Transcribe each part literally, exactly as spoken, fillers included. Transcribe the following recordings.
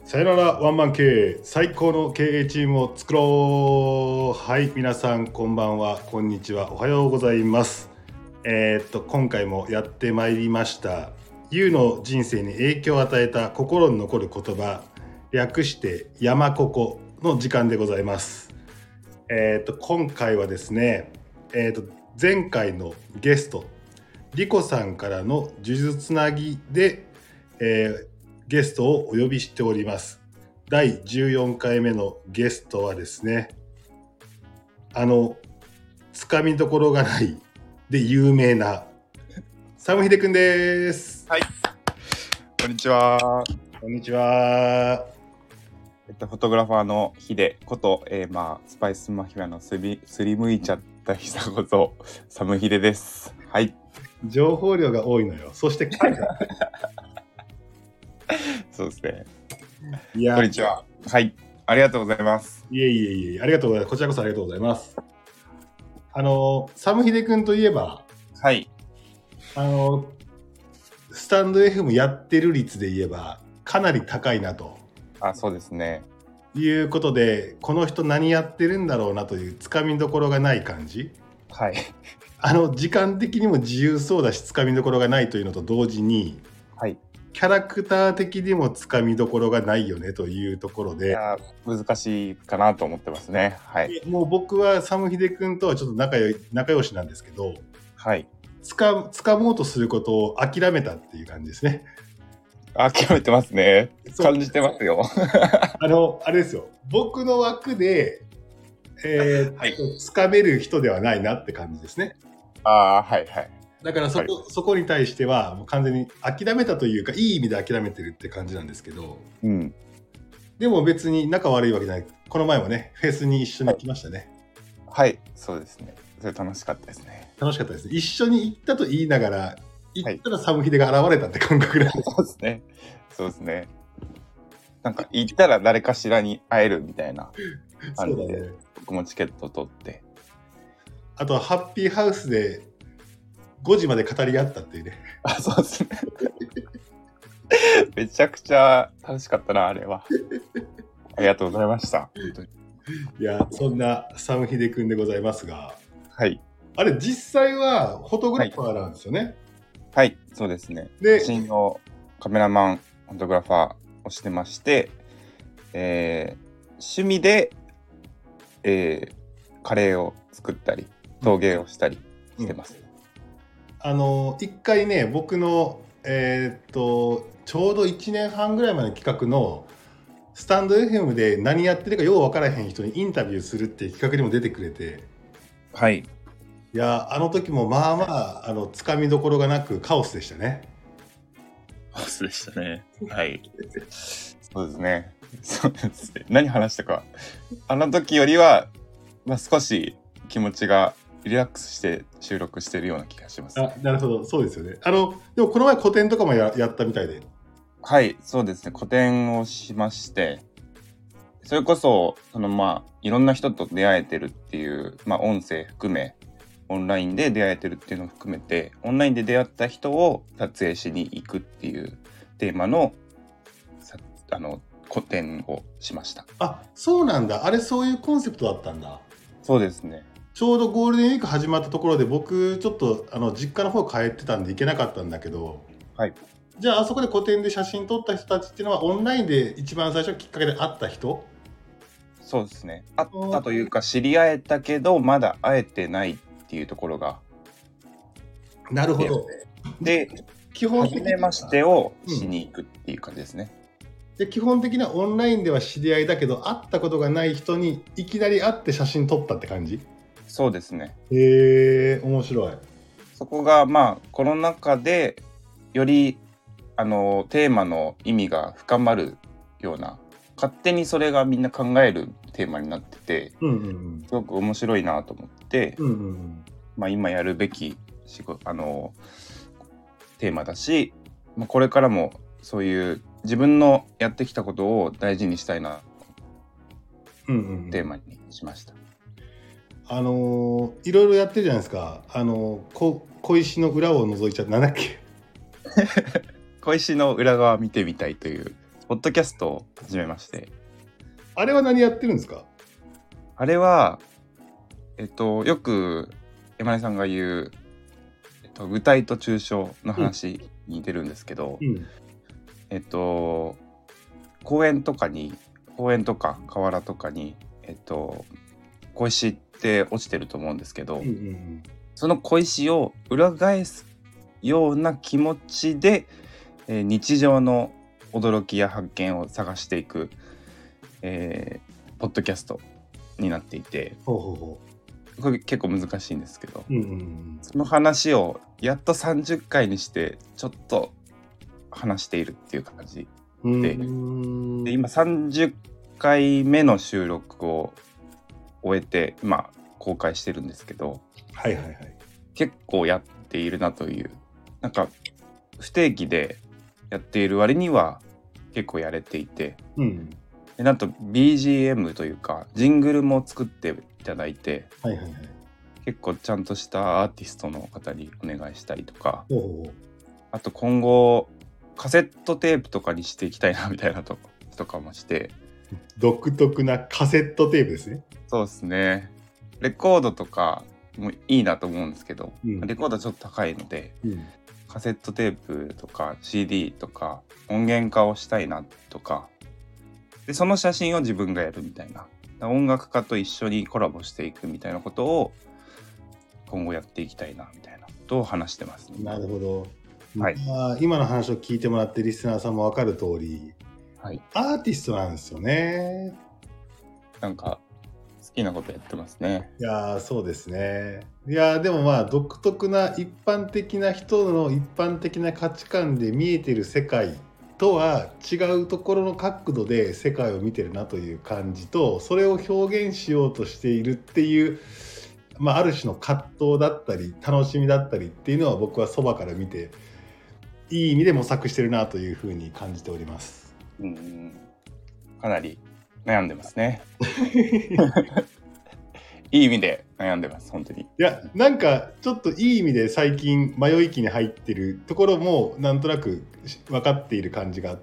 さよならワンマン経営、最高の経営チームを作ろう。はい、皆さんこんばんは、こんにちは、おはようございます。えー、っと今回もやってまいりました。ユウの人生に影響を与えた心に残る言葉、略して山ここの時間でございます。えー、っと今回はですね、えー、っと前回のゲストリコさんからの呪術つなぎで、えーゲストをお呼びしております。だいじゅうよんかいめのゲストはですね、あのつかみどころがないで有名なサムヒデくんです。 はい、こんにちは。 こんにちは。 えっとフォトグラファーのヒデこと、えー、まあスパイスマフィアのすりすりむいちゃったひさことサムヒデです。はい。 情報量が多いのよ。そして彼がそうですね。 いや、 こんにちは。はい、ありがとうございます。 いえいえいえ、ありがとうございます。こちらこそありがとうございます。あのサムヒデくんといえば、 はい。 あのスタンド エフエム やってる率で言えばかなり高いなと。 あ、そうですね。 いうことで、この人何やってるんだろうなというつかみどころがない感じ。 はい。 あの時間的にも自由そうだし、つかみどころがないというのと同時に、 はい。 キャラクター的にもつかみどころがないよねというところいで、 や難しいかなと思ってますね。はい。 もう僕はサムヒデ君とはちょっと仲良い仲良しなんですけど、 はい。 つか掴もうとすることを諦めたっていう感じですね。 諦めてますね。 そう感じてますよ。 あのあれですよ。僕の枠で、えーはい。 掴める人ではないなって感じですね。 ああ、はいはい。 だからそこ、そこに対してはもう完全に諦めたというか、いい意味で諦めてるって感じなんですけど、 うん。 でも別に仲悪いわけじゃない。この前もね、フェスに一緒に行きましたね。 はい、そうですね。それ楽しかったですね。 楽しかったです。一緒に行ったと言いながら、行ったらサムヒデが現れたって感覚なんです。 そうですね。そうですね。なんか行ったら誰かしらに会えるみたいな感じで、 そうだね。 僕もチケット取って。 あとはハッピーハウスでごじまで語り合ったっていうね。 あ、そうですね。めちゃくちゃ楽しかったな、あれは。ありがとうございました。本当に。 いや、そんなサムヒデくんでございますが、 はい。 あれ実際はフォトグラファーなんですよね。 はい、そうですね。 で、 写真のカメラマン、フォトグラファーをしてまして、えー趣味で、えーカレーを作ったり、陶芸をしたりしてます。 あの一回ね、僕のえーっとちょうどいちねんはんぐらい前の企画のスタンド エフエム で何やってるかよう分からへん人にインタビューするっていう企画にも出てくれて、 はい。 いやあの時もまあまああのつかみどころがなくカオスでしたね。 そうでしたね。はい。そうですね。そうですね。何話したか。あの時よりは、まあ、少し気持ちがリラックスして収録してるような気がします。 あ、なるほど、そうですよね。あのでもこの前個展とかも や, やったみたいで。 はい、そうですね。個展をしまして、それこそ、そのまあ、いろんな人と出会えてるっていう、まあ、音声含め、オンラインで出会えてるっていうのを含めて、オンラインで出会った人を撮影しに行くっていうテーマの、さあの、個展をしました。 あ、そうなんだ。あれそういうコンセプトだったんだ。 そうですね。 ちょうどゴールデンウィーク始まったところで、僕ちょっとあの実家の方帰ってたんで行けなかったんだけど、 はい。 じゃああそこで個展で写真撮った人たちっていうのはオンラインで一番最初きっかけで会った人？ そうですね。あったというか、知り合えたけど、まだ会えてないっていうところが。 なるほど。 で、 基本的初めましてをしに行くっていう感じですね。 うん、で基本的なオンラインでは知り合いだけど、会ったことがない人にいきなり会って写真撮ったって感じ？ そうですね。 へえ、面白い。 そこがまあコロナ禍でよりあのテーマの意味が深まるような、勝手にそれがみんな考えるテーマになってて、 うんうんうん、 すごく面白いなと思って、 うんうんうん、 まあ、今やるべき仕事あのテーマだし、まあ、これからもそういう自分のやってきたことを大事にしたいな、 うんうんうん、 テーマにしました。 あのー、いろいろやってるじゃないですか。あのー、こ小石の裏を覗いちゃってなんだっけ小石の裏側見てみたいというポッドキャストを始めまして。 あれは何やってるんですか？ あれは、えっと、よく山根さんが言う、えっと、具体と抽象の話に出るんですけど、 うん、 えっと、公園とかに、公園とか河原とかに、えっと、小石って落ちてると思うんですけど、 うんうんうん、 その小石を裏返すような気持ちで、えー日常の驚きや発見を探していく、えーポッドキャストになっていて、 ほうほうほこれ結構難しいんですけど、 う。うんうんうん、 その話をやっとさんじゅっかいにしてちょっと話しているっていう感じうーで、 んで今さんじゅっかいめの収録を終えて今公開してるんですけど、 はいはいはい。 結構やっているなという、なんか不定期でやっている割には結構やれていて、 うん、 でなんと ビージーエム というかジングルも作っていただいて、 はいはいはい。 結構ちゃんとしたアーティストの方にお願いしたりとか、 ほうほうほう。 あと今後カセットテープとかにしていきたいなみたいなととかもして、 独特なカセットテープですね。 そうですね、レコードとかもいいなと思うんですけど、 うんレコードはちょっと高いので、 うん、 カセットテープとか シーディー とか音源化をしたいなとかで、その写真を自分がやるみたいな、音楽家と一緒にコラボしていくみたいなことを今後やっていきたいなみたいなことを話してますね。 なるほど。 はい、 まあ、今の話を聞いてもらってリスナーさんも分かる通り、 はい、 アーティストなんですよね。 なんか好きなことやってますね。 いやーそうですね。いやーでもまあ独特な一般的な人の一般的な価値観で見えてる世界とは違うところの角度で世界を見てるなという感じと、それを表現しようとしているっていう、まあ、ある種の葛藤だったり楽しみだったりっていうのは僕はそばから見ていい意味で模索してるなというふうに感じております。 うん、かなり悩んでますね。いい意味で悩んでます本当に。 いやなんかちょっといい意味で最近迷い期に入ってるところもなんとなく分かっている感じがあって、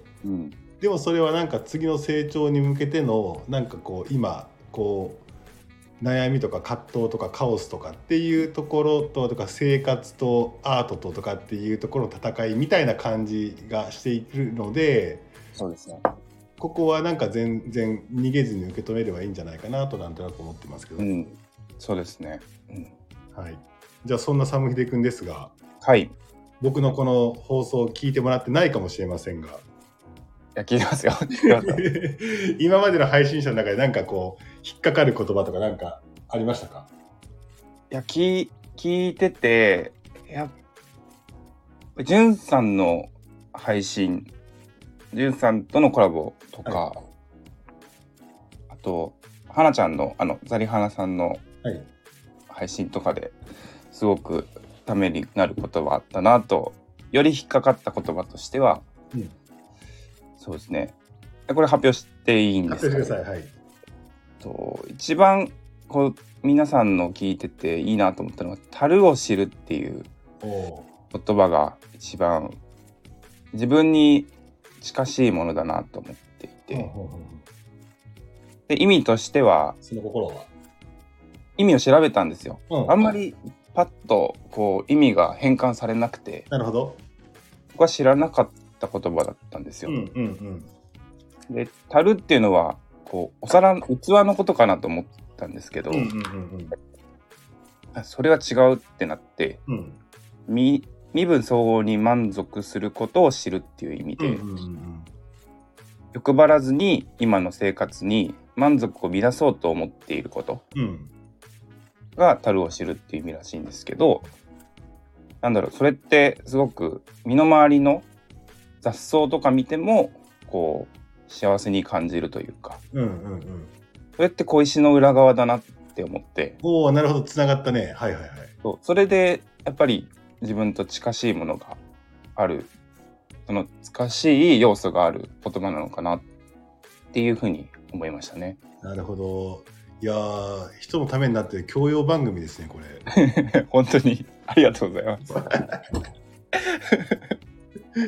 うん、 でもそれはなんか次の成長に向けてのなんかこう今こう悩みとか葛藤とかカオスとかっていうところととか生活とアートととかっていうところの戦いみたいな感じがしているので、 そうですね。 ここはなんか全然逃げずに受け止めればいいんじゃないかなとなんとなく思ってますけど、 うん、そうですね。うん、 はい。じゃあそんなサムヒデ君ですが、 はい。い僕のこの放送を聞いてもらってないかもしれませんがや聞いてますよ。聞いてますよ。 今までの配信者の中でなんかこう引っかかる言葉とかなんかありましたか？ いや聞聞いてて、いやじゅんさんの配信、じゅんさんとのコラボとか、 はい、 あとはなちゃんのあのザリハナさんのはい配信とかですごくためになる言葉あったなと、より引っかかった言葉としては、 うん、 そうですね。これ発表していいんですかね？ 発表してください。はい。 と一番こう皆さんの聞いてていいなと思ったのは「樽を知る」っていうお言葉が一番自分に近しいものだなと思っていて、 ほうほうほう、 で意味としてはその心は、 意味を調べたんですよ。 うん、 あんまりパッとこう意味が変換されなくて、 なるほど。 僕は知らなかった言葉だったんですよ。 うんうんうん。 で樽っていうのはこうお皿器のことかなと思ったんですけど、 うんうんうんそれは違うってなって、 うん。 身身分総合に満足することを知るっていう意味で、 うんうんうん、 欲張らずに今の生活に満足を乱そうと思っていることが樽を知るっていう意味らしいんですけど、なんだろう、それってすごく身の回りの雑草とか見てもこう幸せに感じるというか、 うんうんうん、 それって小石の裏側だなって思って、 おお、なるほど、つながったね。はいはいはい。 そう、それでやっぱり自分と近しいものがある、その近しい要素がある言葉なのかなっていうふうに思いましたね。 なるほど。いやー、人のためになってる教養番組ですね、これ。 本当にありがとうございます。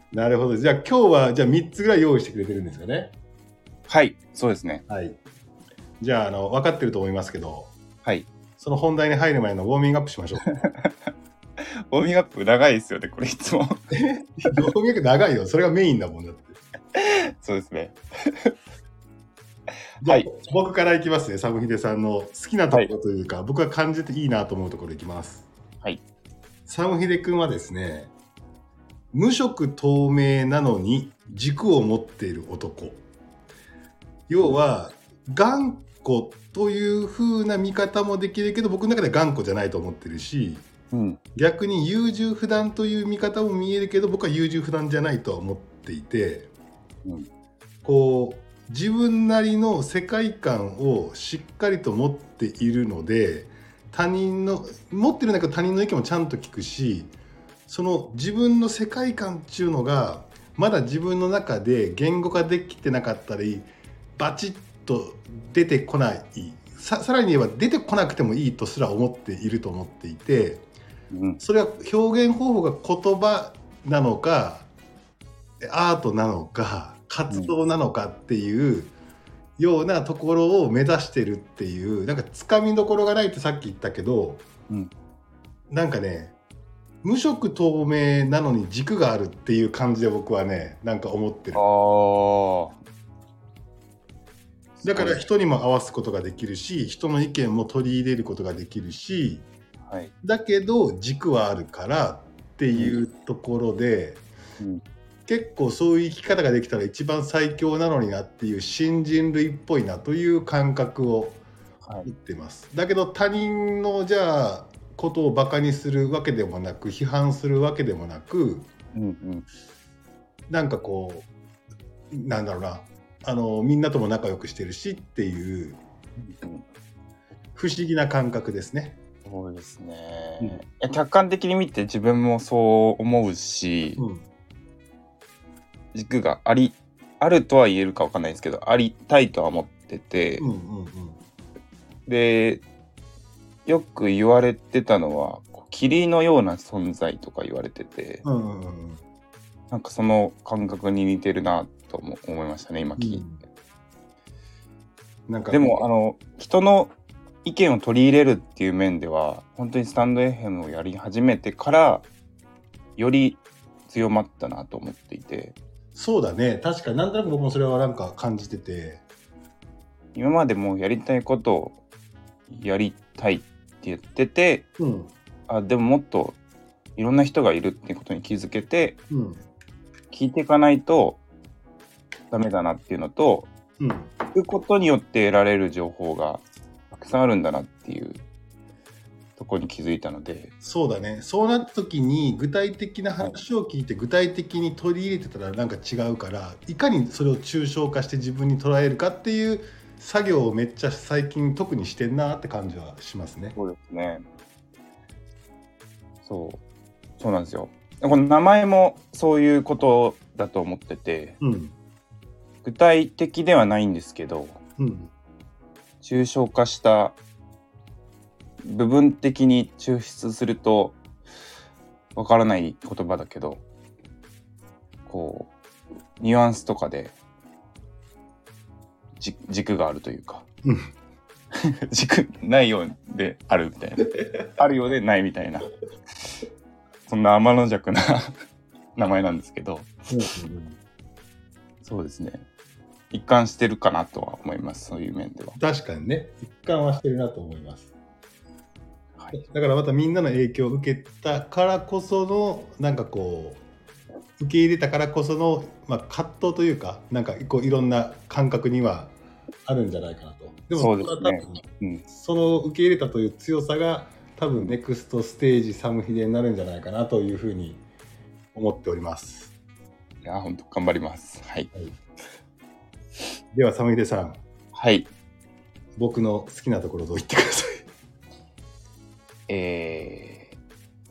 なるほど。じゃあ今日はじゃあみっつぐらい用意してくれてるんですかね。 はい、そうですね。 はい。じゃあ、あの、分かってると思いますけど、 はい。 その本題に入る前のウォーミングアップしましょう。 ウォーミングアップ長いですよね、これいつも。 ウォーミングアップ長いよ。それがメインだもんだって。 そうですね。 じゃあ、 はい。 僕からいきますね。サムヒデさんの好きなところというか、僕が感じていいなと思うところいきます。 はい。 サムヒデ君はですね、無色透明なのに軸を持っている男。要は、頑固という風な見方もできるけど、僕の中では頑固じゃないと思ってるし、 うん。 逆に優柔不断という見方も見えるけど、僕は優柔不断じゃないとは思っていて、 うん。 こう自分なりの世界観をしっかりと持っているので、他人の持ってるんだけど他人の意見もちゃんと聞くし、その自分の世界観っていうのがまだ自分の中で言語化できてなかったり、バチッと出てこない、さ, さらに言えば出てこなくてもいいとすら思っていると思っていて、 うん。 それは表現方法が言葉なのかアートなのか活動なのかっていうようなところを目指してるっていう、なんかつかみどころがないってさっき言ったけど、 うん。 なんかね、無色透明なのに軸があるっていう感じで僕はね、なんか思ってる。 ああ。 だから人にも合わすことができるし、人の意見も取り入れることができるし、 はい。 だけど軸はあるからっていうところで、 うん。 結構そういう生き方ができたら一番最強なのになっていう、新人類っぽいなという感覚をはい。 持ってます。だけど他人のじゃあことをバカにするわけでもなく、批判するわけでもなく、 うん。うん。 なんかこうなんだろうな、あのみんなとも仲良くしてるしっていううん。 不思議な感覚ですね。 そうですね、 うん、 いや客観的に見て自分もそう思うし、 うん、 軸がありあるとは言えるか分かんないですけど、ありたいとは思ってて、 うんうんうん、 でよく言われてたのは霧のような存在とか言われてて、 うんうんうん、 なんかその感覚に似てるなとも思いましたね、今聞いて、うん、なんかでもあの人の意見を取り入れるっていう面では本当にスタンド エフエム をやり始めてからより強まったなと思っていて。 そうだね、確かになんとなく僕もそれはなんか感じてて、 今までもやりたいことをやりたいって言ってて、うん、あでももっといろんな人がいるっていうことに気づけて、うん、聞いていかないとダメだなっていうのと、うん、聞くことによって得られる情報がたくさんあるんだなっていうところに気づいたので。 そうだね、そうなった時に具体的な話を聞いて具体的に取り入れてたらなんか違うから、いかにそれを抽象化して自分に捉えるかっていう作業をめっちゃ最近特にしてんなって感じはしますね。 そうですね。そうそうなんですよ。この名前もそういうことだと思ってて、うん、具体的ではないんですけど、うん、抽象化した部分的に抽出するとわからない言葉だけど、こうニュアンスとかでじ軸があるというか、うん、軸ないようであるみたいなあるようでないみたいな、そんな天の弱な名前なんですけど、うんうん、そうですね、一貫してるかなとは思います。そういう面では確かにね、一貫はしてるなと思います。はい、だからまたみんなの影響を受けたからこそのなんかこう受け入れたからこその、まあ、葛藤というか、なんかこういろんな感覚にはあるんじゃないかなと。でもそうですね、 うん、その受け入れたという強さが多分ネクストステージサムヒデになるんじゃないかなというふうに思っております。 いや本当頑張ります。はい、はい、 ではサムヒデさん、 はい、 僕の好きなところを言ってください。 えー、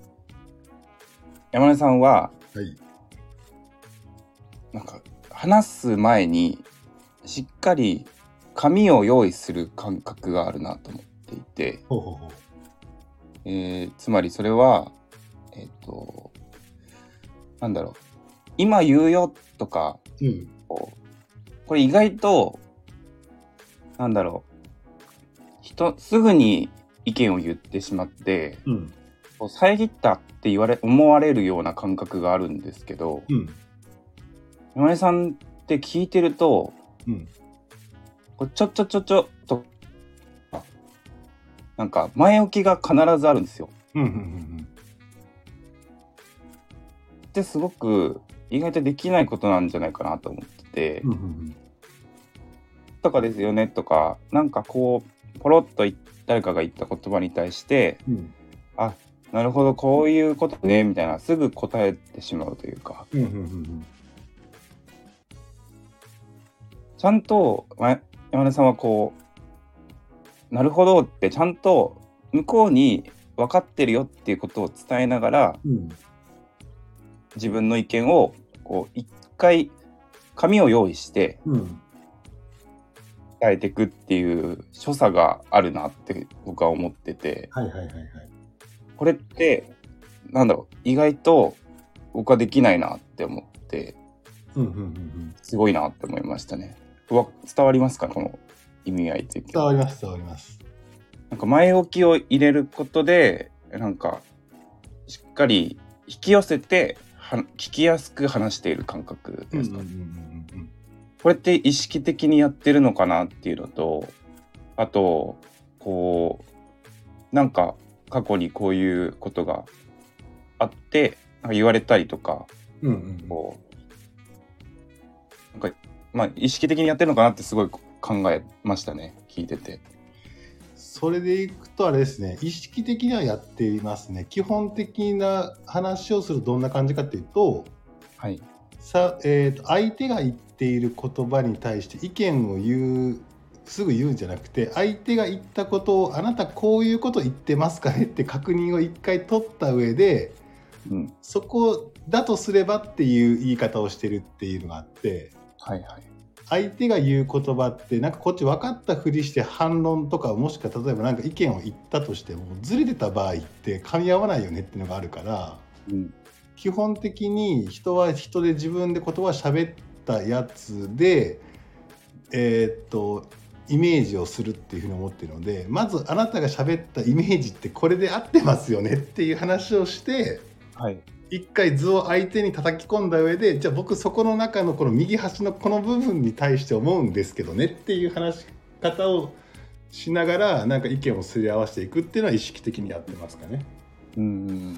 山根さんは、はい、なんか話す前にしっかり紙を用意する感覚があるなと思っていて、ほうほうほう、えー、つまりそれはえっとなんだろう、 今言うよとか、 うん、 こうこれ意外となんだろう、人すぐに意見を言ってしまって、 うん、 こう遮ったって言われ思われるような感覚があるんですけど、 うん、 山根さんって聞いてると、 うん、 こうちょちょちょちょとなんか前置きが必ずあるんですよ。 うん、うん、うん、 ってすごく意外とできないことなんじゃないかなと思ってて、 うん、うん、 とかですよねとか、なんかこうポロッと誰かが言った言葉に対して、 うん、 あ、なるほどこういうことねみたいな、すぐ答えてしまうというか、 うん、うん、うん、 ちゃんと、ま、山根さんはこうなるほどってちゃんと向こうに分かってるよっていうことを伝えながら、 うん、 自分の意見をこう一回紙を用意してうん、 伝えていくっていう所作があるなって僕は思ってて、 はいはいはいはい。 これってなんだろう、意外と僕はできないなって思って、 うん、うん、うん、うん。 すごいなって思いましたね。うわ、伝わりますか、この意味合いというか。 伝わります、伝わります。 なんか前置きを入れることで、なんかしっかり引き寄せては聞きやすく話している感覚ですか。 うん、うん、うん、うん、 これって意識的にやってるのかなっていうのと、あとこうなんか過去にこういうことがあってなんか言われたりとか、 うん、うん、 こうなんかまあ意識的にやってるのかなってすごい考えましたね、聞いてて。 それでいくとあれですね、意識的にはやっていますね。基本的な話をするとどんな感じかっていうと、 はい。 さ、えーと、相手が言っている言葉に対して意見を言う、すぐ言うんじゃなくて、相手が言ったことをあなたこういうこと言ってますかねって確認を一回取った上で、 うん。 そこだとすればっていう言い方をしてるっていうのがあって、 はいはい。 相手が言う言葉ってなんかこっち分かったふりして反論とか、もしくは例えばなんか意見を言ったとしてもずれてた場合って噛み合わないよねっていうのがあるから、 うん。 基本的に人は人で自分で言葉を喋ったやつでえーっとイメージをするっていうふうに思っているので、まずあなたが喋ったイメージってこれで合ってますよねっていう話をして、 はい。 一回図を相手に叩き込んだ上で、じゃあ僕そこの中のこの右端のこの部分に対して思うんですけどねっていう話し方をしながら、なんか意見をすり合わせていくっていうのは意識的にやってますかね。 うん。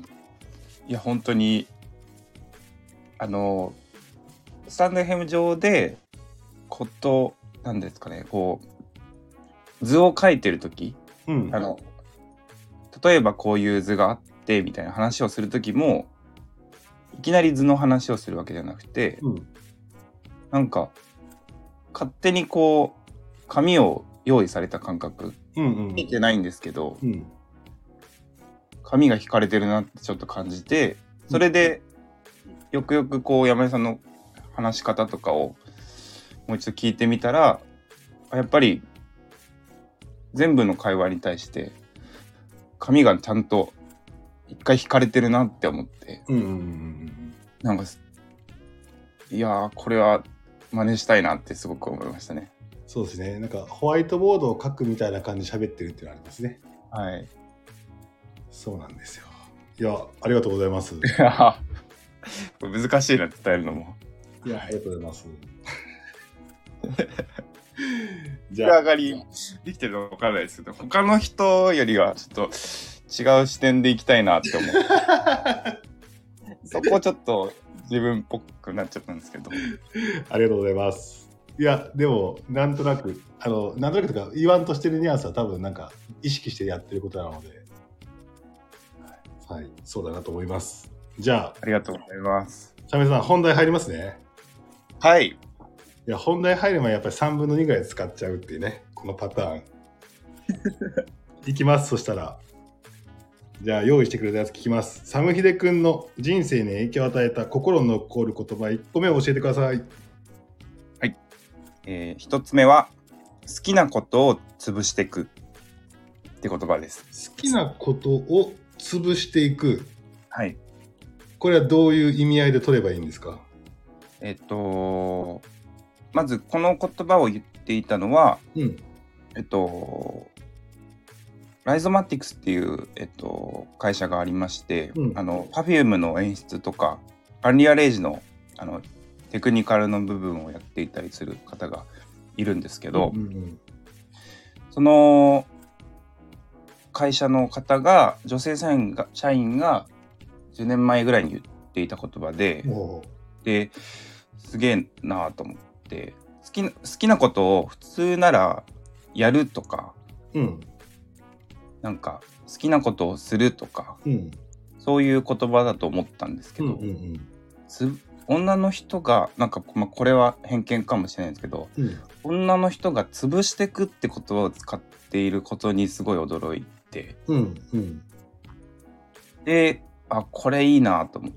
いや本当にあのスタンドエフエム上でことなんですかね、こう図を描いてる時、 うん、 あの例えばこういう図があってみたいな話をする時もいきなり図の話をするわけじゃなくて、 うん、 なんか勝手にこう紙を用意された感覚、 うん、うん、 見てないんですけど、 うん、 紙が引かれてるなってちょっと感じて、それでよくよくこう山根さんの話し方とかをもう一度聞いてみたら、やっぱり全部の会話に対して紙がちゃんと一回引かれてるなって思って、 うん、うん、うん、 なんかいやーこれは真似したいなってすごく思いましたね。 そうですね。なんかホワイトボードを書くみたいな感じで喋ってるっていうのがありますね。 はい。 そうなんですよ。いや、ありがとうございます。い難しいな伝えるのも。 や、ありがとうございます。 じゃあ上がりできてるのか分からないですけど、他の人よりはちょっと違う視点でいきたいなって思う。そこちょっと自分っぽくなっちゃったんですけど。 ありがとうございます。いや、でもなんとなくあのなんとなくとか言わんとしてるニュアンスは多分なんか意識してやってることなので、はい、そうだなと思います。じゃあ、 ありがとうございます。 シャメさん本題入りますね。 はい。 いや、本題入る前にやっぱりさんぶんのにぐらい使っちゃうっていうね、このパターン。いきます。そしたら、じゃあ用意してくれたやつ聞きます。サムヒデ君の人生に影響を与えた心の残る言葉いっこめを教えてください。 はい。えー、ひとつめは好きなことを潰していくって言葉です。 好きなことを潰していく。 はい。 これはどういう意味合いで取ればいいんですか？ えっとまずこの言葉を言っていたのは、 うん。 えっとライゾマティクスっていう、えっと、会社がありまして、 うん。 あの Perfume の演出とかアンリアレイジのあのテクニカルの部分をやっていたりする方がいるんですけど、 うんうんうん、 その会社の方が女性社員が社員がじゅうねんまえぐらいに言っていた言葉で、ですげえなと思って、好きな、好きなことを普通ならやるとか、 うん、 なんか好きなことをするとか、 うん、 そういう言葉だと思ったんですけど、 うんうんうん、 つ女の人がなんか、まあ、これは偏見かもしれないんですけど、 うん、 女の人が潰してくって言葉を使っていることにすごい驚いて、 うんうん、 で、あ、これいいなと思って、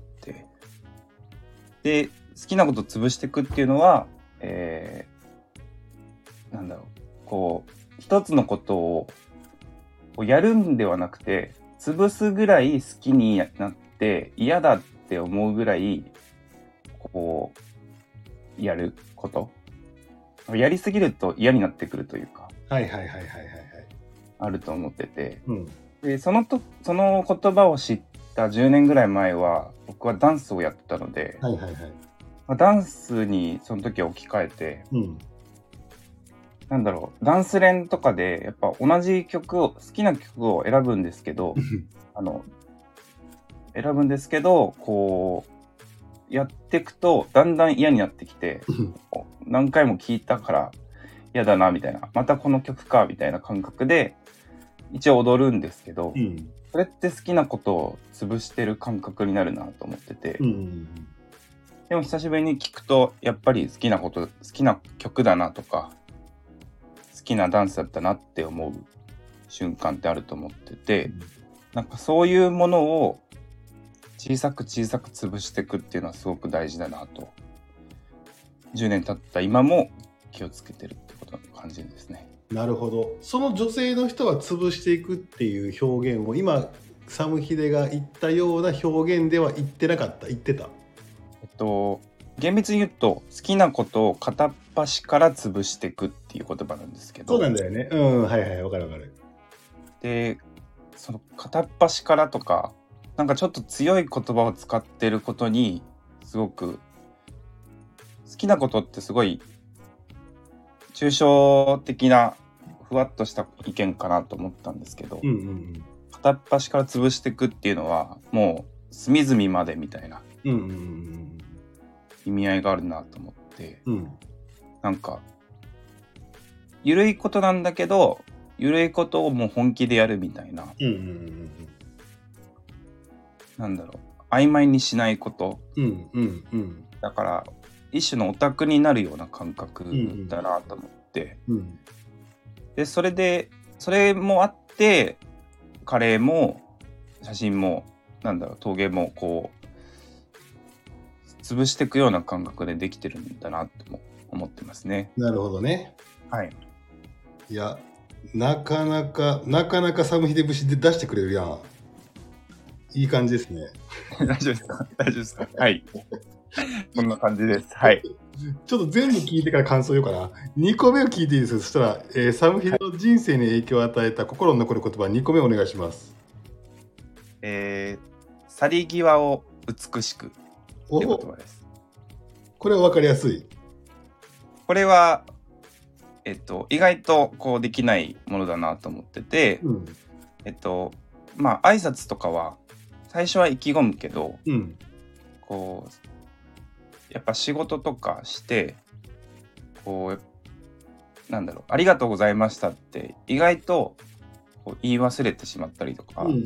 で好きなことを潰していくっていうのは、えー、なんだろう、こう一つのことをやるんではなくて、潰すぐらい好きになって嫌だって思うぐらいこうやること、やりすぎると嫌になってくるというか、 はいはいはいはいはいはい、 あると思ってて、 うん、 でそのとその言葉を知ったじゅうねんぐらい前は僕はダンスをやってたので、 はいはいはい、 まあ、ダンスにその時は置き換えて、 うん、 なんだろう、ダンス練とかでやっぱ同じ曲を好きな曲を選ぶんですけどあの選ぶんですけどこうやっていくとだんだん嫌になってきて何回も聴いたから嫌だなみたいな、またこの曲かみたいな感覚で一応踊るんですけど、 うん、 それって好きなことを潰してる感覚になるなと思ってて、 うん、 でも久しぶりに聞くとやっぱり好きなこと好きな曲だなとか好きなダンスだったなって思う瞬間ってあると思ってて、うん、なんかそういうものを小さく小さく潰していくっていうのはすごく大事だなと、じゅうねん経った今も気をつけてるってことの感じですね。 なるほど。その女性の人は潰していくっていう表現を今サムヒデが言ったような表現では言ってなかった？言ってた？ えっと厳密に言うと好きなことを片っ端から潰していくっていう言葉なんですけど。 そうなんだよね。うん、はいはい、わかるわかる。 でその片っ端からとかなんかちょっと強い言葉を使ってることにすごく好きなことってすごい抽象的なふわっとした意見かなと思ったんですけど、 うんうんうん、 片っ端から潰していくっていうのはもう隅々までみたいな意味合いがあるなと思って、 うん、 なんか緩いことなんだけど緩いことをもう本気でやるみたいな、 うんうんうん、 なんだろう、曖昧にしないこと、 うんうんうん、 だから一種のオタクになるような感覚だなと思って、 うんうん、 でそれでそれもあってカレーも写真もなんだろう陶芸もこう潰していくような感覚でできてるんだなとも思ってますね。 なるほどね。 はい。 いやなかなかなかなかサムヒデ節で出してくれるやん。いい感じですね。 大丈夫ですか？大丈夫ですか？はい。こんな感じです。はい。 ちょっと全部聞いてから感想言おうかな。にこめを聞いていいですか？そしたら、えー、サムヒデの人生に影響を与えた心に残る言葉にこめお願いします。 えー、去り際を美しくって言葉です。 これは分かりやすい。 これはえっと意外とこうできないものだなと思ってて、うん、えっとまあ挨拶とかは最初は意気込むけど、うん、こうやっぱ仕事とかしてこうなんだろうありがとうございましたって意外とこう言い忘れてしまったりとか、うんうんうん、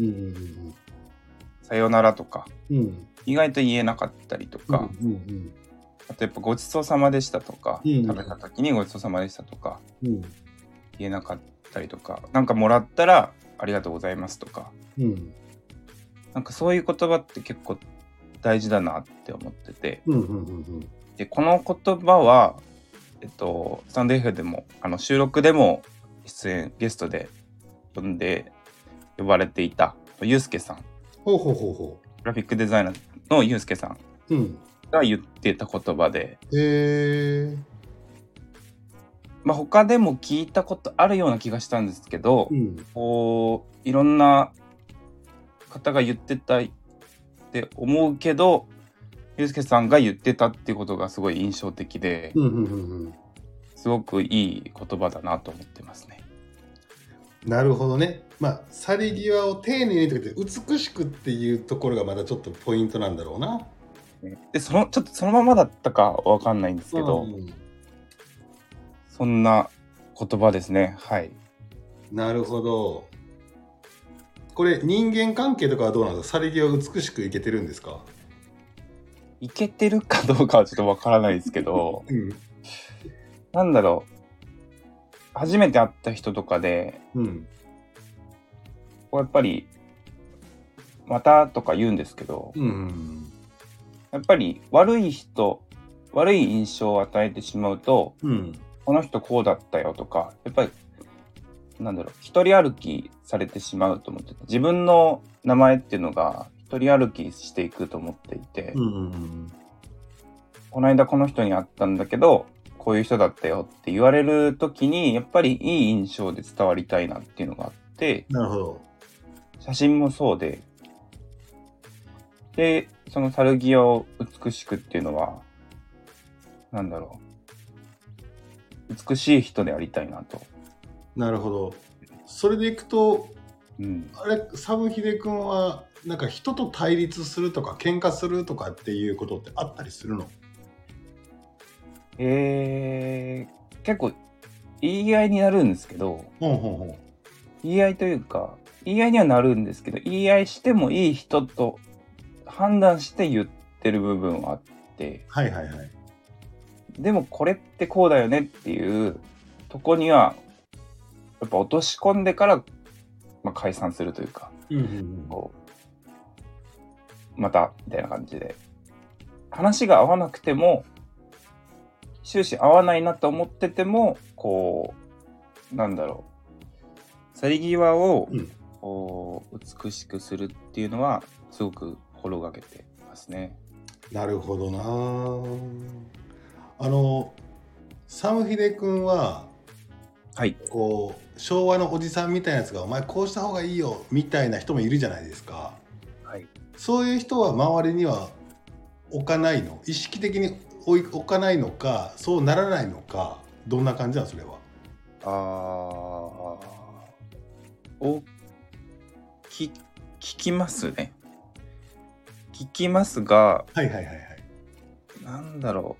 さよならとか、うん、意外と言えなかったりとか、うんうんうん、あとやっぱごちそうさまでしたとか、うんうん、食べた時にごちそうさまでしたとか、うん、言えなかったりとか、なんかもらったらありがとうございますとか、うん、なんかそういう言葉って結構大事だなって思ってて、うんうんうんうん、でこの言葉は、えっと、スタンド F でもあの収録でも出演ゲストで呼んで呼ばれていたゆうすけさん、 ほうほうほうほう、 グラフィックデザイナーのゆうすけさんが言ってた言葉で、 へえ。 まあ、他でも聞いたことあるような気がしたんですけど、 うん。 こういろんな方が言ってたって思うけど、ゆうすけさんが言ってたっていうことがすごい印象的で、 うんうんうんうん。 すごくいい言葉だなと思ってますね。 なるほどね。まあ去り際を丁寧にとかって美しくっていうところがまだちょっとポイントなんだろうな。 で、そのちょっとそのままだったかわかんないんですけど、 うん、 そんな言葉ですね。はい。 なるほど。これ人間関係とかはどうなんですか？去り際を美しくいけてるんですか？ いけてるかどうかはちょっとわからないですけど、 うん。 なんだろう。初めて会った人とかで、 うん。 こうやっぱり、またとか言うんですけど、 うん。 やっぱり悪い人、悪い印象を与えてしまうと、 うん。 この人こうだったよとか、やっぱり、なんだろう、一人歩きされてしまうと思ってて、自分の名前っていうのが一人歩きしていくと思っていて、 うん。 この間この人に会ったんだけど、こういう人だったよって言われるときに、やっぱりいい印象で伝わりたいなっていうのがあって、 なるほど。 写真もそうで、で、その去り際を美しくっていうのは、なんだろう、美しい人でありたいなと。 なるほど。それでいくと、 うん。 あれ、サムヒデ君はなんか人と対立するとか喧嘩するとかっていうことってあったりするの？ えー、結構言い合いになるんですけど、 ほんほんほん。 言い合いというか、言い合いにはなるんですけど、言い合いしてもいい人と判断して言ってる部分はあって、 はいはいはい。 でもこれってこうだよねっていうとこには、やっぱ落とし込んでから、まあ、解散するというか、 うんうんうん。 こう、また、みたいな感じで。話が合わなくても、終始合わないなと思ってても、こう、なんだろう。去り際を、 うん。 こう、美しくするっていうのは、すごく心がけてますね。 なるほどな。あの、サムヒデ君は、 はい。 こう、昭和のおじさんみたいなやつが、お前こうした方がいいよ、みたいな人もいるじゃないですか。 はい。 そういう人は周りには置かないの？意識的に置い置かないのか、そうならないのか、どんな感じなのそれは？ あー、お、き、聞きますね。聞きますが、 はいはいはいはい。 なんだろ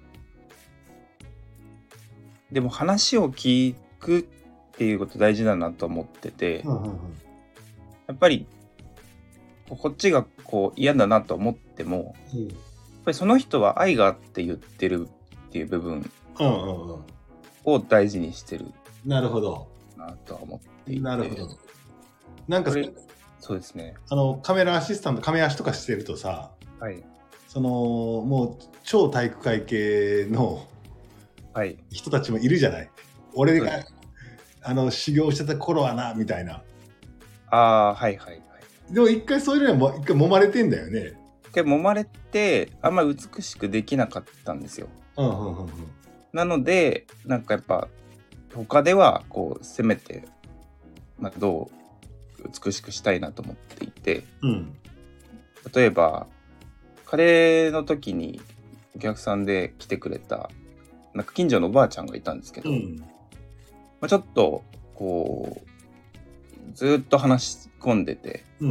う。でも話を聞くっていうこと大事だなと思ってて、 うんうんうん。 やっぱりここっちがこう嫌だなと思っても、 うん。 やっぱりその人は愛があって言ってるっていう部分うんうんうん。 を大事にしてるなるほど。 なとは思っていて、 なるほど。なんかこれ、そうですね。 あのカメラアシスタント、カメ足とかしてるとさ、 はい。 そのもう超体育会系のはい。 人たちもいるじゃない。俺がそうです。 あの修行してた頃はなみたいな。 ああ、はいはいはい。 でも一回そういうのはもう一回揉まれてんだよね。 で、揉まれて、あんまり美しくできなかったんですよ。 うんうんうんうん。 なので、なんかやっぱ、他では、こう、せめて、まあ、どう美しくしたいなと思っていて、 うん。 例えば、カレーの時にお客さんで来てくれた、なんか近所のおばあちゃんがいたんですけど、 うん。 まあ、ちょっと、こう、ずーっと話し込んでて、 うん。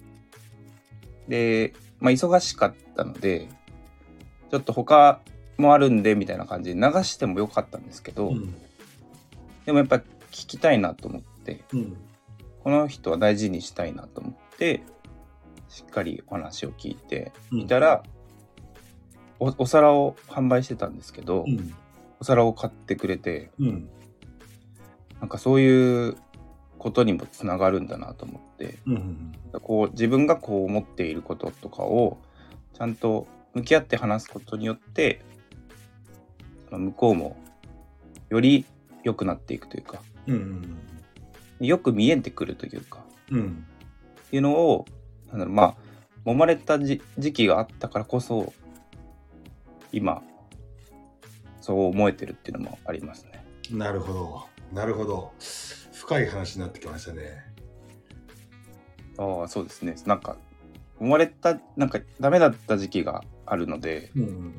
で、まあ、忙しかったので、ちょっと他もあるんで、みたいな感じで流してもよかったんですけど、 うん。 でもやっぱ聞きたいなと思って、 うん。 この人は大事にしたいなと思って、しっかりお話を聞いていたら、うん、お, お皿を販売してたんですけど、うん、お皿を買ってくれて、うん、なんかそういうことにもつながるんだなと思って、うん、こう自分がこう思っていることとかをちゃんと向き合って話すことによって、向こうもより良くなっていくというか、うんうんうん、よく見えてくるというか、うん、っていうのをなんだろう、まあ揉まれた時期があったからこそ今そう思えてるっていうのもありますね。 なるほどなるほど、深い話になってきましたね。 ああ、そうですね。なんか生まれたなんかダメだった時期があるので、 うんうんうん、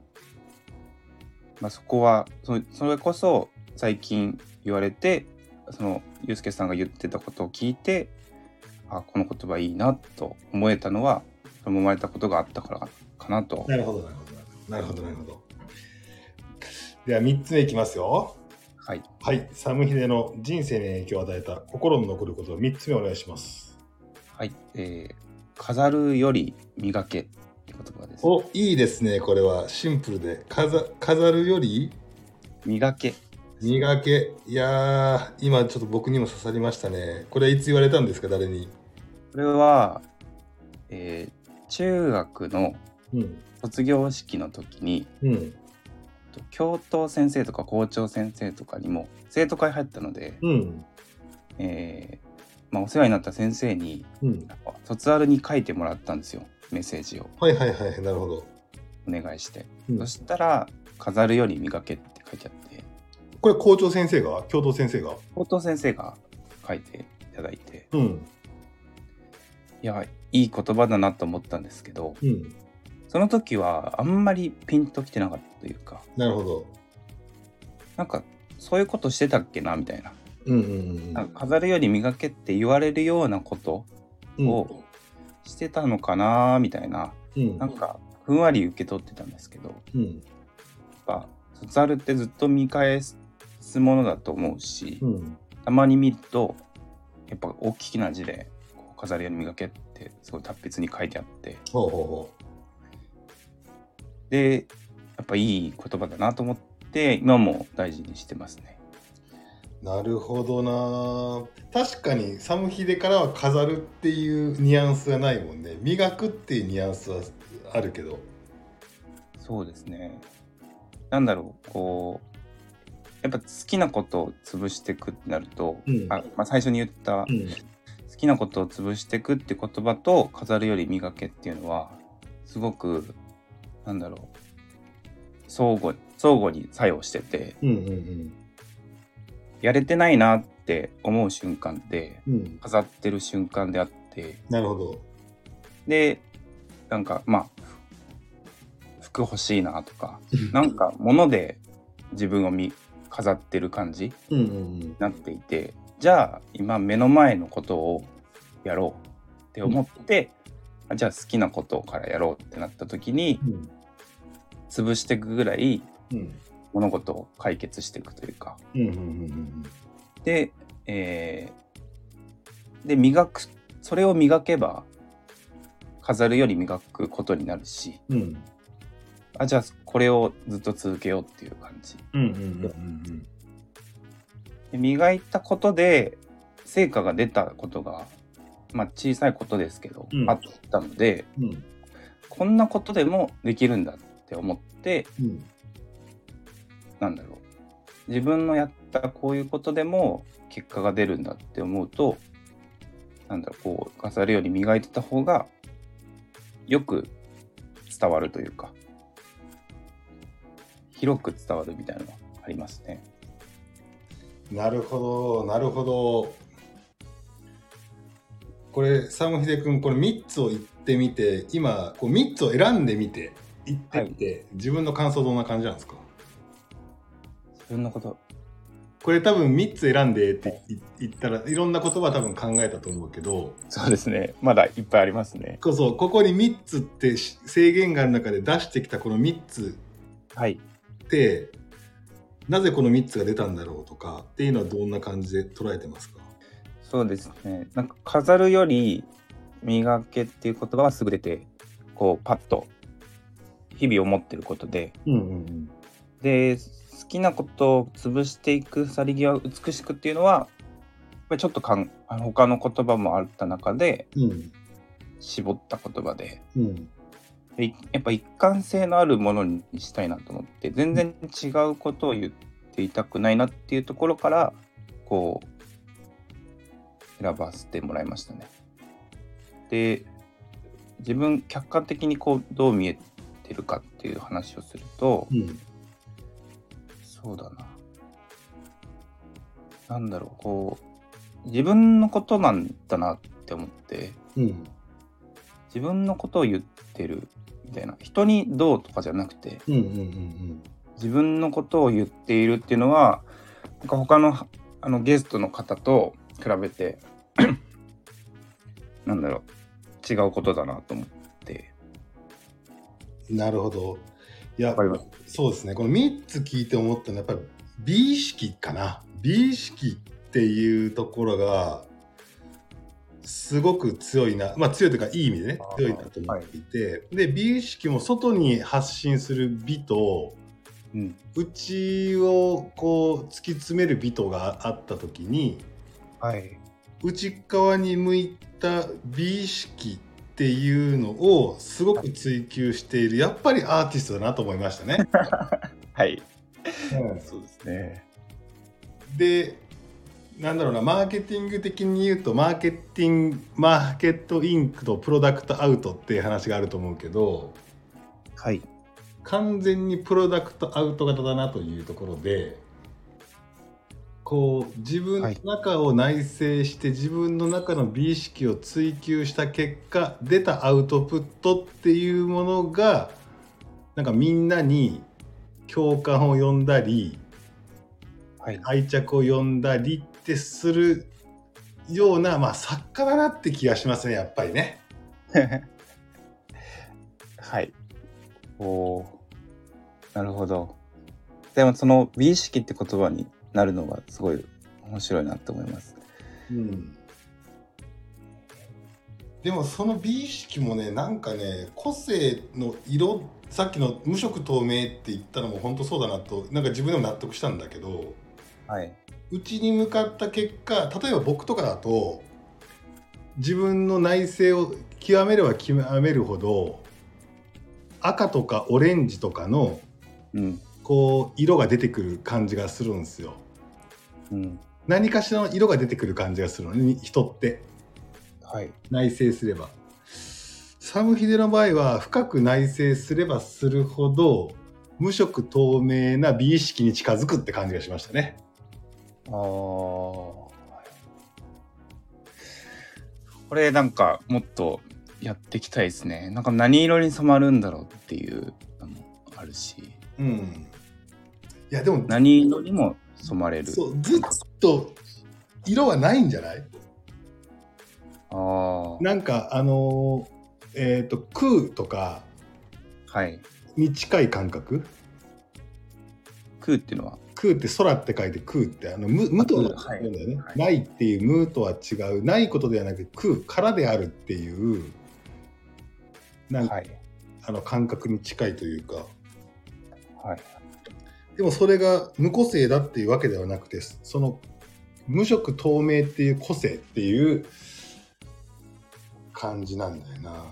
まあ、そこは そ, それこそ最近言われて、そのゆうすけさんが言ってたことを聞いて、あ、この言葉いいなと思えたのは生まれたことがあったからかなと。 なるほどなるほどなるほどなるほど。ではみっつめいきますよ。 はい、 はい、サムヒデの人生に影響を与えた心に残ることをみっつめお願いします。 はい、えー、飾るより磨けって言葉です。 お、いいですね。これはシンプルで、飾飾るより磨け。 磨け。いやー、今ちょっと僕にも刺さりましたね。これはいつ言われたんですか、誰に？ これは、えー、中学のうん卒業式の時に、 うん教頭先生とか校長先生とかにも生徒会入ったので、 うんえーまあ、お世話になった先生にうん卒アルに書いてもらったんですよ、メッセージをはいはいはい、なるほど。 お願いして、 うん、 そしたら飾るより磨けって書いてあって、 これ校長先生が教頭先生が校頭先生が書いていただいて、 うんいやいい言葉だなと思ったんですけど、 うん、 その時はあんまりピンときてなかったというか、 なるほど。 なんかそういうことしてたっけなみたいな、 うんうんうんなんか飾るより磨けって言われるようなことをしてたのかなみたいな、 うん、 なんかふんわり受け取ってたんですけど、 うん、 やっぱ卒アルってずっと見返すものだと思うし、 うん、 たまに見るとやっぱ大きな字でこう飾るように磨けってすごい達筆に書いてあって、 ほうほうほでやっぱいい言葉だなと思って今も大事にしてますね。 う。なるほどな。確かにサムヒデからは飾るっていうニュアンスがないもんね。磨くっていうニュアンスはあるけど。 そうですね。なんだろう、こうやっぱ好きなことを潰していくってなると、 うんあ、まあ、最初に言ったうん好きなことを潰していくって言葉と飾るより磨けっていうのはすごくなんだろう、相互相互に作用してて、 うんうんやれてないなって思う瞬間でうんうん飾ってる瞬間であって、 なるほど。 でなんかまあ服欲しいなとかなんか物で自分を見飾ってる感じうんうんうんになっていて、じゃあ今目の前のことをやろうって思って、あじゃあ好きなことからやろうってなった時にうん潰していくぐらいうん物事を解決していくというか、 うんうんうんで、えーで磨く、それを磨けば飾るより磨くことになるし、 うんうんあじゃあこれをずっと続けようっていう感じうんうんうんで、磨いたことで成果が出たことがまあ小さいことですけど、 うんあったので、 うんこんなことでもできるんだって思って、 うんなんだろう、自分のやったこういうことでも結果が出るんだって思うと、なんだろう、こう飾るより磨いてた方がよく伝わるというか、広く伝わるみたいなのがありますね。 なるほどなるほど。これサムヒデ君、これみっつを言ってみて、今こうみっつを選んでみて言ってみて、はい、自分の感想どんな感じなんですか？ 自分のこと、 これ多分みっつ選んでって言ったらいろんな言葉多分考えたと思うけど、 そうですね、まだいっぱいありますね。 こそここにみっつって制限がある中で出してきたこのみっつはいで、なぜこのみっつが出たんだろうとかっていうのはどんな感じで捉えてますか？ そうですね、なんか飾るより磨けっていう言葉はすぐ出て、こうパッと日々思ってることで、 うんうんうん、 で好きなことを潰していく去り際美しくっていうのはやっぱりちょっとかんあの他の言葉もあった中で、うん、絞った言葉で、うん、でやっぱ一貫性のあるものにしたいなと思って、全然違うことを言っていたくないなっていうところからこう選ばせてもらいましたね。で自分客観的にこうどう見えってるかっていう話をすると、 うん、 そうだな。なんだろう、こう、自分のことなんだなって思って、 うん、 自分のことを言ってるみたいな、人にどうとかじゃなくて、 うん、うん、うん、 自分のことを言っているっていうのは、なんか他のあのゲストの方と比べて、なんだろう、違うことだなと思って。 うん。なるほど。いやわかります。 そうですね。このみっつ聞いて思ったのはやっぱり美意識かな。美意識っていうところがすごく強いな、まあ強いというかいい意味でね強いなと思っていて、で美意識も外に発信する美と、 うん、 内をこう突き詰める美とがあった時に、 はい、 内側に向いた美意識っていうのをすごく追求しているやっぱりアーティストだなと思いましたね。 はい、 うん、 そうですね。 でなんだろうな、マーケティング的に言うとマーケティングマーケットインクとプロダクトアウトっていう話があると思うけど、 はい、 完全にプロダクトアウト型だなというところで、こう自分の中を内省して自分の中の美意識を追求した結果出たアウトプットっていうものがなんかみんなに共感を呼んだり、はい、愛着を呼んだりってするような、まあ、作家だなって気がしますね、やっぱりね。 はい。おー、なるほど。でもその美意識って言葉になるのがすごい面白いなと思います。 うん。でもその美意識もね、なんかね、個性の色、さっきの無色透明って言ったのも本当そうだなと、なんか自分でも納得したんだけど、 はい。 内に向かった結果、例えば僕とかだと自分の内省を極めれば極めるほど赤とかオレンジとかの、うん、こう色が出てくる感じがするんですよ、うん、何かしらの色が出てくる感じがするのね、人って、はい、内省すれば。サムヒデの場合は深く内省すればするほど無色透明な美意識に近づくって感じがしましたね。 あー、これなんかもっとやっていきたいですね。なんか何色に染まるんだろうっていうのもあるし、 うん、いやでも何色にも染まれる。 そう、ずっと色はないんじゃない？ あ、 なんかあのえっと空とかに近い感覚、はい、 空っていうのは空って空って書いて空ってあの 無, 無とは違うんだよね、はいはい、ないっていう無とは違う、ないことではなく空からであるっていうなんか、はい、あの感覚に近いというか、はい、でもそれが無個性だっていうわけではなくて、その無色透明っていう個性っていう感じなんだよな。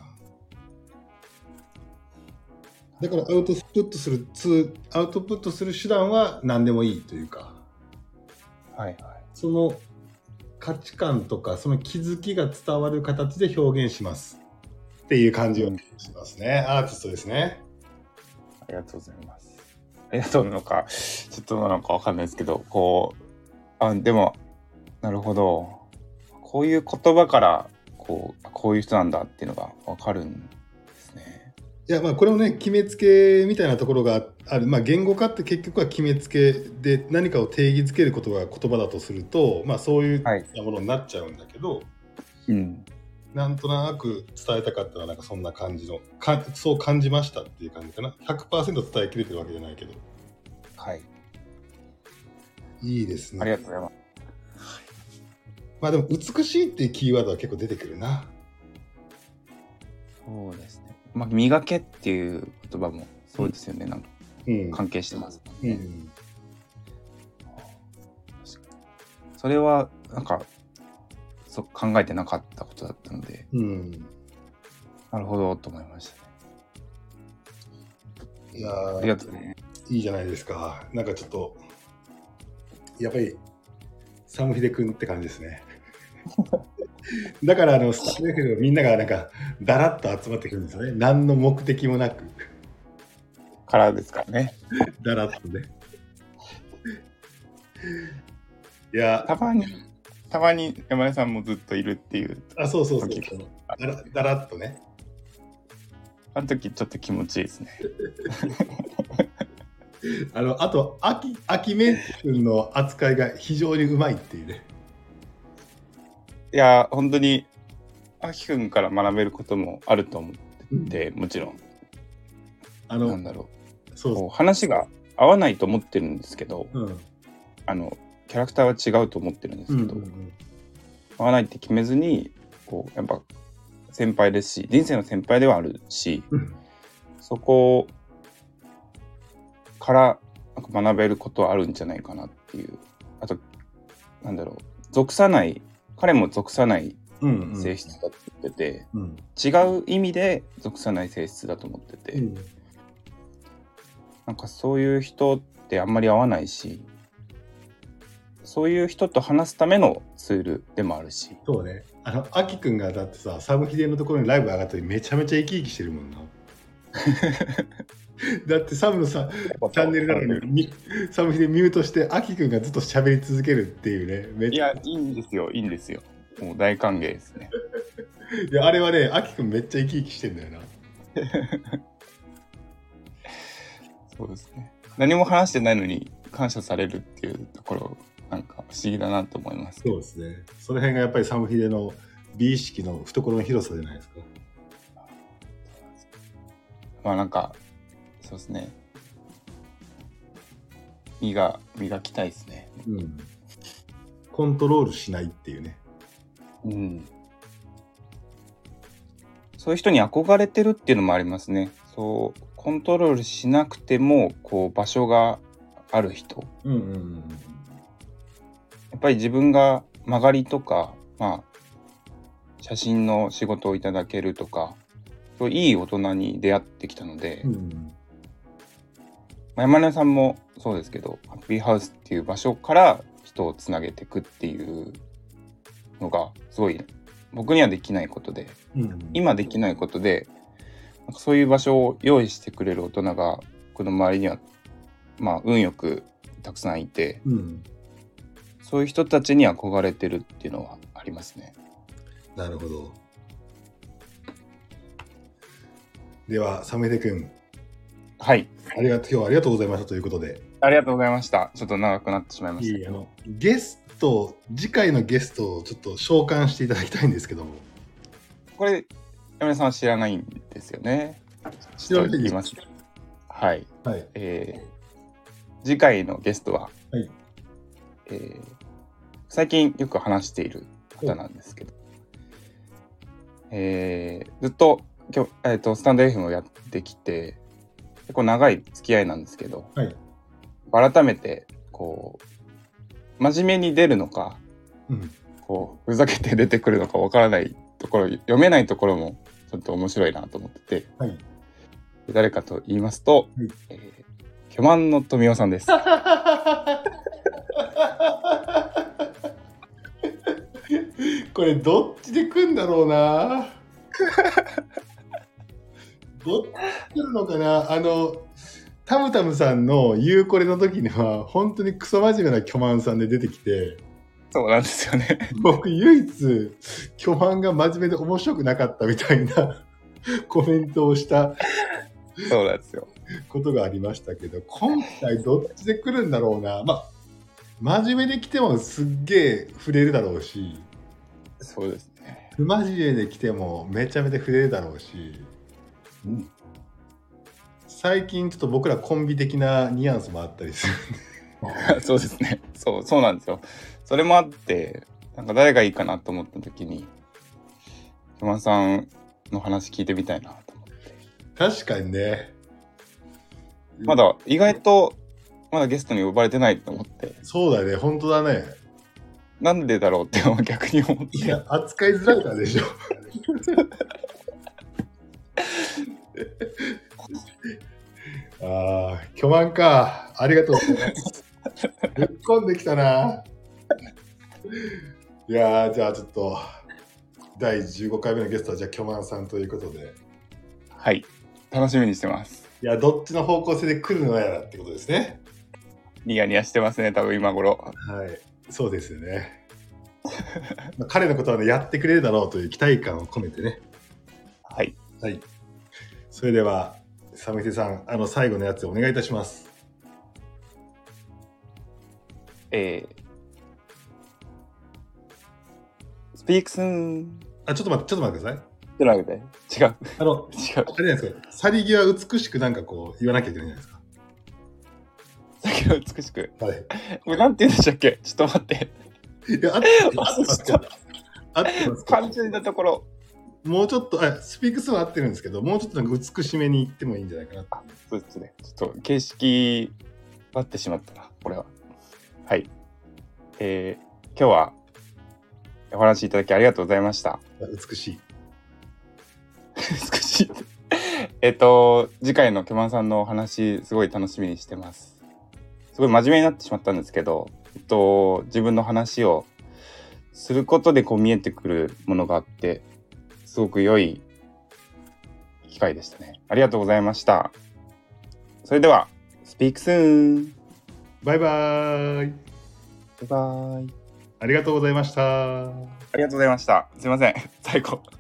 だからアウトプットするアウトプットする手段は何でもいいというか、はいはい、その価値観とかその気づきが伝わる形で表現しますっていう感じをしますね、うん、アーティストですね。 ありがとうございます。ありがとうなのかちょっとなのかわかんないですけど、こうあでもなるほど、こういう言葉からこうこういう人なんだっていうのがわかるんですね。 いやまあこれもね決めつけみたいなところがある、まあ、言語化って結局は決めつけで何かを定義づけることが言葉だとすると、まあ、そういうものになっちゃうんだけど、はい、うん、なんとなく伝えたかったのはなんかそんな感じのかそう感じましたっていう感じかな。 ひゃくパーセント 伝えきれてるわけじゃないけど、はい、いいですね。 ありがとうございます。 まあでも美しいっていうキーワードは結構出てくるな。 そうですね。まあ、磨けっていう言葉もそうですよね、うん、なんか関係してますもんね、うんうん、それはなんかそ考えてなかったことだったので、うん、なるほどと思いましたね。 いやありがとうね。いいじゃないですか。なんかちょっとやっぱりサムヒデ君って感じですね。だからあのスターレフェルみんながなんかだらっと集まってくるんですよね。何の目的もなく。 からですからね。 だらっとね。いや、 たまに、たまに山根さんもずっといるっていう。 あ、そうそうそう。 時だらだらっとね。 あの時ちょっと気持ちいいですね。 あの、あと、秋、秋め君の扱いが非常にうまいっていうね。 いや、本当に、あきくんから学べることもあると思ってて、うん、もちろん。あの、なんだろう。そうそう、話が合わないと思ってるんですけど、うん、あの、キャラクターは違うと思ってるんですけど、うんうんうん、合わないって決めずに、こう、やっぱ、先輩ですし、人生の先輩ではあるし、うん、そこからなんか学べることはあるんじゃないかなっていう。あと、なんだろう、属さない、彼も属さない性質だと言ってて、うんうん、違う意味で属さない性質だと思ってて、うん、なんかそういう人ってあんまり合わないし、そういう人と話すためのツールでもあるし。 そうね。あの、あきくんがだってさ、サムヒデのところにライブ上がった時めちゃめちゃ生き生きしてるもんな。だってサムのさ、チャンネルなのにサムヒデミュートしてあきくんがずっと喋り続けるっていうね。 めっちゃいや、いいんですよ、いいんですよ。もう大歓迎ですね。 いや、あれはね、あきくんめっちゃ生き生きしてんだよな。 そうですね。何も話してないのに感謝されるっていうところ、なんか不思議だなと思います。 そうですね。その辺がやっぱりサムヒデの美意識の懐の広さじゃないですか。 まあなんかそうですね。磨磨きたいですね。 うん。コントロールしないっていうね。 うん。そういう人に憧れてるっていうのもありますね。そうコントロールしなくてもこう場所がある人。うんうんうん。やっぱり自分が曲がりとか、まあ写真の仕事をいただけるとか、そういい大人に出会ってきたので、うん、山根さんもそうですけど、ハッピーハウスっていう場所から人をつなげていくっていうのがすごい僕にはできないことで、うん、今できないことで、なんかそういう場所を用意してくれる大人が僕の周りにはまあ運よくたくさんいて、うん、そういう人たちに憧れてるっていうのはありますね。 なるほど。ではサムヒデ君、 はい、 ありがとう、今日はありがとうございましたということで。 ありがとうございました。ちょっと長くなってしまいました。いい、 あのゲスト、次回のゲストをちょっと召喚していただきたいんですけども。 これ山根さんは知らないんですよね。知らないです。はい、はい、えー、次回のゲストは、はい、えー、最近よく話している方なんですけど、えー、ずっと今日、えーと、スタンド エフエム をやってきて結構長い付き合いなんですけど、はい、改めてこう真面目に出るのか、うん、こうふざけて出てくるのかわからないところ、読めないところもちょっと面白いなと思ってて、はい、誰かと言いますと、はい、えー、巨万の富夫さんです。 これどっちで来んだろうな。どっち来るのかな。あのタムタムさんのユーコレの時には本当にクソ真面目な巨万さんで出てきて、 そうなんですよね。 僕唯一巨万が真面目で面白くなかったみたいなコメントをしたそうなんですよことがありましたけど、今回どっちで来るんだろうな。まあ真面目で来てもすっげえ触れるだろうし、 そうですね、 不真面目で来てもめちゃめちゃ触れるだろうし、うん、最近ちょっと僕らコンビ的なニュアンスもあったりするそうですね、そうそうなんですよ。それもあってなんか誰がいいかなと思った時に巨万さんの話聞いてみたいなと思って。 確かにね、 まだ意外とまだゲストに呼ばれてないと思って。 そうだね、本当だね。 なんでだろうって逆に思って。 いや、扱いづらいからでしょ。ああ、巨万か。ありがとうございます。ぶっこんできたな。いやー、じゃあちょっとだいじゅうごかいめのゲストはじゃあ巨万さんということで。 はい。 楽しみにしてます。 いや、どっちの方向性で来るのやらってことですね。 ニヤニヤしてますね、多分今頃。 はい、そうですよね。まあ彼のことはね、やってくれるだろうという期待感を込めてね。 はい。 はい。それでは、サムヒテさん、あの最後のやつお願いいたします。 えー、スピークスン。 あ、ちょっと待って、ちょっと待ってください。 じゃなくて、違う。 あの、 違う。 あれじゃないですか。去り際美しくなんかこう言わなきゃいけないじゃないですか。 先ほど美しく。 はい。 これなんて言うんでしたっけ？ちょっと待って。 いや、あってますよ。合ってますけど肝心なところ。 もうちょっと、あ、スピークスは合ってるんですけど、もうちょっとなんか美しめに言ってもいいんじゃないかな。 そうですね。ちょっと形式がってしまったな、これは。はい。えー、今日はお話しいただきありがとうございました。 美しい。 美しい。えっと、次回のケマンさんのお話、すごい楽しみにしてます。すごい真面目になってしまったんですけど、えっと、自分の話をすることでこう見えてくるものがあって、すごく良い機会でしたね。ありがとうございました。それでは、スピークスーン。 バイバーイ。 バイバイ。 ありがとうございました。 ありがとうございました。すいません。最後。